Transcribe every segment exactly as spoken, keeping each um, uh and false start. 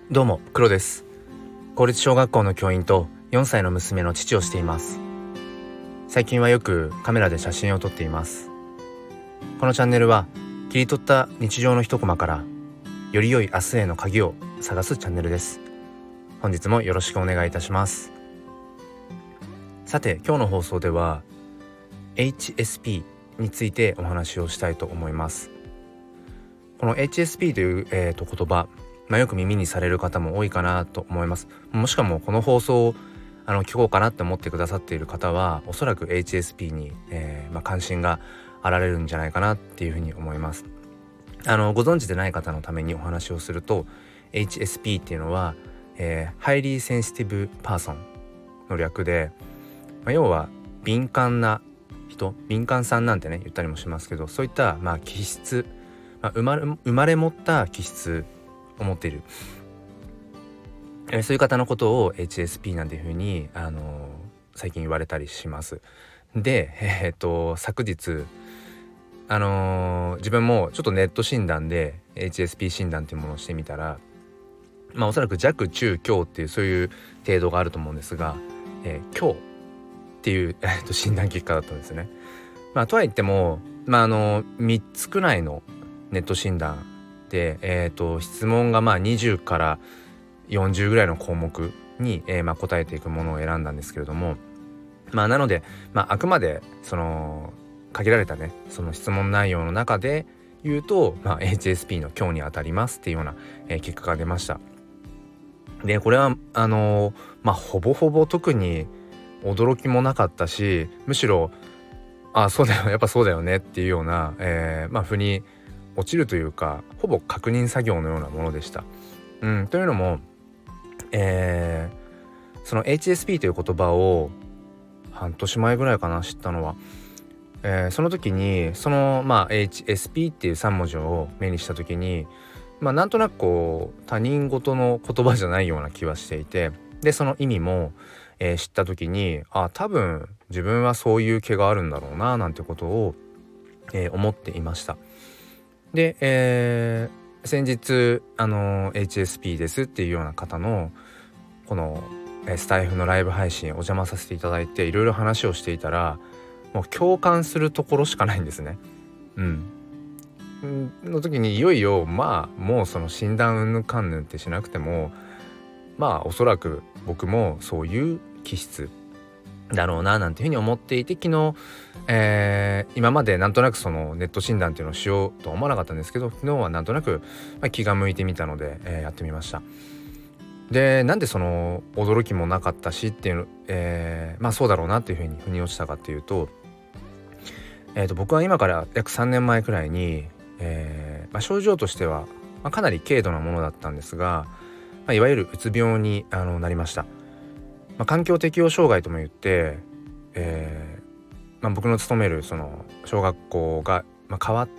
どうも、黒です。公立小学校の教員とよんさいの娘の父をしています。最近はよくカメラで写真を撮っています。このチャンネルは切り取った日常の一コマからより良い明日への鍵を探すチャンネルです。本日もよろしくお願いいたします。さて、今日の放送では エイチエスピー についてお話をしたいと思います。この エイチエスピー という、えー、と言葉、まあ、よく耳にされる方も多いかなと思います。もしかもこの放送をあの聞こうかなって思ってくださっている方はおそらく エイチエスピー に、えーまあ、関心があられるんじゃないかなっていうふうに思います。あのご存知でない方のためにお話をすると エイチエスピー っていうのは、えー、Highly Sensitive Person の略で、まあ、要は敏感な人、敏感さんなんてね言ったりもしますけど、そういった、まあ、気質、まあ、生まれ、生まれ持った気質を持っている、えー、そういう方のことを エイチエスピー なんていうふうに、あのー、最近言われたりします。で、えー、っと昨日あのー、自分もちょっとネット診断で エイチエスピー 診断っていうものをしてみたら、まあおそらく弱中強っていうそういう程度があると思うんですが、えー、強っていう、えー、っと診断結果だったんですね。まあとは言っても、まああのみっつくらいのネット診断で、えー、と質問がまあにじゅうからよんじゅうぐらいの項目に、えー、まあ答えていくものを選んだんですけれども、まあなので、まあ、あくまでその限られたねその質問内容の中で言うと、まあ、エイチエスピー の強に当たりますっていうような、えー、結果が出ました。でこれはあのー、まあほぼほぼ特に驚きもなかったし、むしろあそうだよやっぱそうだよねっていうような、えー、まあ腑に落ちるというか、ほぼ確認作業のようなものでした。うん、というのも、えー、その エイチエスピー という言葉を半年前ぐらいかな知ったのは、えー、その時にその、まあ、エイチエスピー っていうさん文字を目にした時に、まあ、なんとなくこう他人事の言葉じゃないような気はしていて、でその意味も、えー、知った時にあ多分自分はそういう気があるんだろうななんてことを、えー、思っていました。で、えー、先日あの エイチエスピー ですっていうような方のこのスタイフのライブ配信お邪魔させていただいていろいろ話をしていたら、もう共感するところしかないんですね。うんの時にいよいよまあもうその診断うんぬんかんぬんってしなくても、まあおそらく僕もそういう気質だろうななんていうふうに思っていて、昨日、えー、今までなんとなくそのネット診断っていうのをしようとは思わなかったんですけど、昨日はなんとなく、まあ、気が向いてみたので、えー、やってみました。でなんでその驚きもなかったしっていうの、えー、まあそうだろうなっていうふうに腑に落ちたかっていうと、えー、と僕は今から約さんねんまえくらいに、えーまあ、症状としては、まあ、かなり軽度なものだったんですが、まあ、いわゆるうつ病にあのなりました。まあ、環境適応障害とも言って、えーまあ、僕の勤めるその小学校が、まあ、変わって、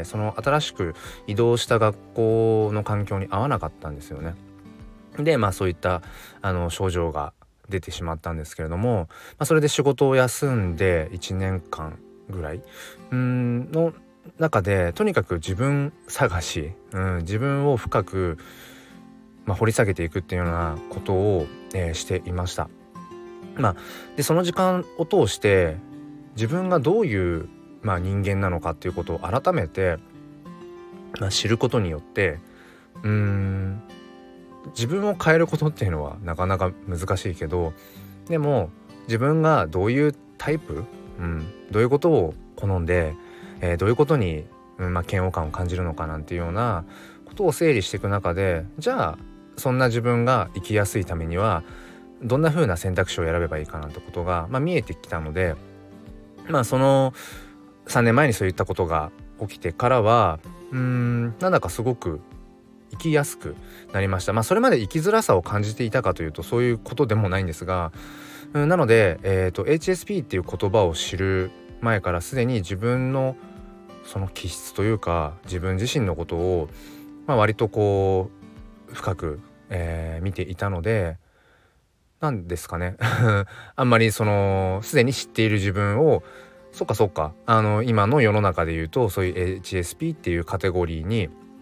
その新しく移動した学校の環境に合わなかったんですよね。でまあそういったあの症状が出てしまったんですけれども、まあ、それで仕事を休んでいちねんかんぐらいうんの中で、とにかく自分探し、うん、自分を深く、まあ、掘り下げていくっていうようなことを、えー、していました。まあ、でその時間を通して自分がどういう、まあ、人間なのかっていうことを改めて、まあ、知ることによってうーん自分を変えることっていうのはなかなか難しいけど、でも自分がどういうタイプ、うん、どういうことを好んで、えー、どういうことに、うんまあ、嫌悪感を感じるのかなんていうようなことを整理していく中で、じゃあそんな自分が生きやすいためにはどんな風な選択肢を選べばいいかなんてことが、まあ、見えてきたので、まあそのさんねんまえにそういったことが起きてからはうーんなんだかすごく生きやすくなりました。まあそれまで生きづらさを感じていたかというとそういうことでもないんですが、うん、なので、えーと、エイチエスピー っていう言葉を知る前からすでに自分のその気質というか自分自身のことを、まあ、割とこう深く、えー見ていたので、なんですかねあんまりそのすでに知っている自分をそっかそっかあの今の世の中で言うとそういう エイチエスピー っていうカテゴリーに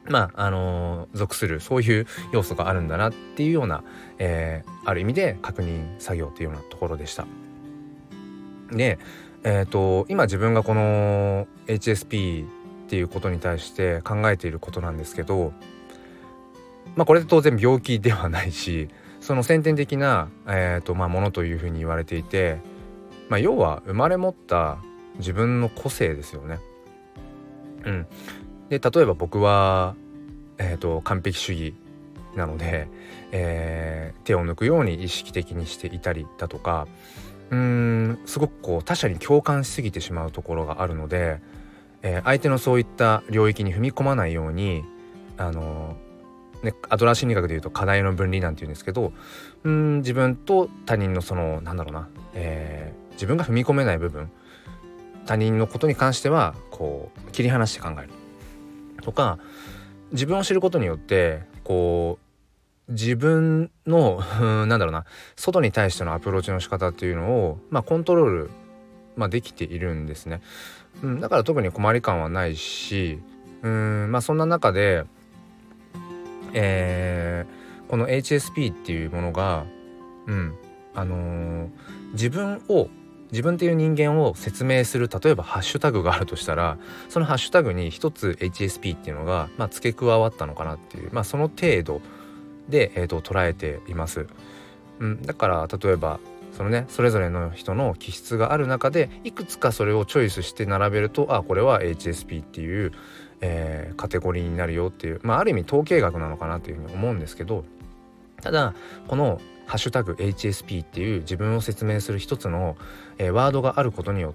まああのー、属するそういう要素があるんだなっていうような、えー、ある意味で確認作業っていうようなところでした。で、えーと、今自分がこの エイチエスピー っていうことに対して考えていることなんですけど、まあこれで当然病気ではないし、その先天的な、えーとまあ、ものというふうに言われていて、まあ、要は生まれ持った自分の個性ですよね。うん、で例えば僕は、えーと、完璧主義なので、えー、手を抜くように意識的にしていたりだとか、うーんすごくこう他者に共感しすぎてしまうところがあるので、えー、相手のそういった領域に踏み込まないように、あのーね、アドラー心理学でいうと課題の分離なんていうんですけど、うーん自分と他人のそのなんだろうな、えー、自分が踏み込めない部分、他人のことに関してはこう切り離して考えるとか、自分を知ることによってこう自分のなんだろうな、外に対してのアプローチの仕方っていうのを、まあ、コントロール、まあ、できているんですね。うん、だから特に困り感はないし、うーんまあそんな中で、えー、この エイチエスピー っていうものが、うんあのー、自分を自分っていう人間を説明する、例えばハッシュタグがあるとしたら、そのハッシュタグに一つ エイチエスピー っていうのが、まあ、付け加わったのかなっていう、まあその程度で、えーと、捉えています。うん、だから例えばそのねそれぞれの人の気質がある中でいくつかそれをチョイスして並べると、あこれは エイチエスピー っていう、えー、カテゴリーになるよっていう、まあある意味統計学なのかなというふうに思うんですけど、ただこのハッシュタグ エイチエスピー っていう自分を説明する一つの、えー、ワードがあることによって、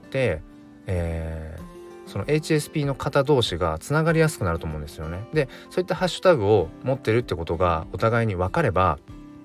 えー、その エイチエスピー の方同士がつながりやすくなると思うんですよね。でそういったハッシュタグを持ってるってことがお互いに分かれば、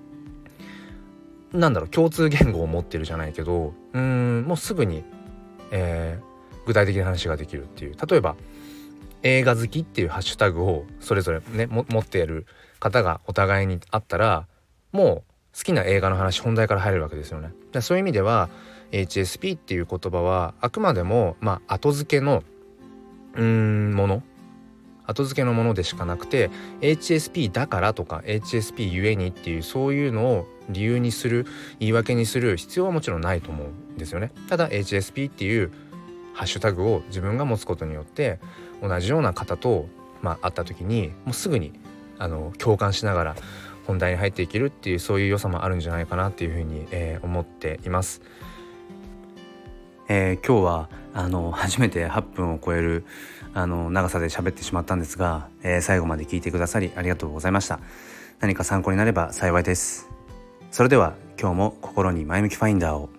なんだろう、共通言語を持ってるじゃないけど、うーんもうすぐに、えー、具体的な話ができるっていう。例えば映画好きっていうハッシュタグをそれぞれねも持っている方がお互いにあったら、もう好きな映画の話本題から入れるわけですよね。でそういう意味では エイチエスピー っていう言葉はあくまでもまあ後付けのうーんもの後付けのものでしかなくて、 エイチエスピー だからとか エイチエスピー ゆえにっていうそういうのを理由にする、言い訳にする必要はもちろんないと思うんですよね。ただ エイチエスピー っていうハッシュタグを自分が持つことによって同じような方と、まあ、会った時にもうすぐにあの共感しながら本題に入っていけるっていう、そういう良さもあるんじゃないかなっていうふうに、えー、思っています。えー、今日はあの初めてはっぷんを超えるあの長さで喋ってしまったんですが、えー、最後まで聞いてくださりありがとうございました。何か参考になれば幸いです。それでは今日も心に前向きファインダーを。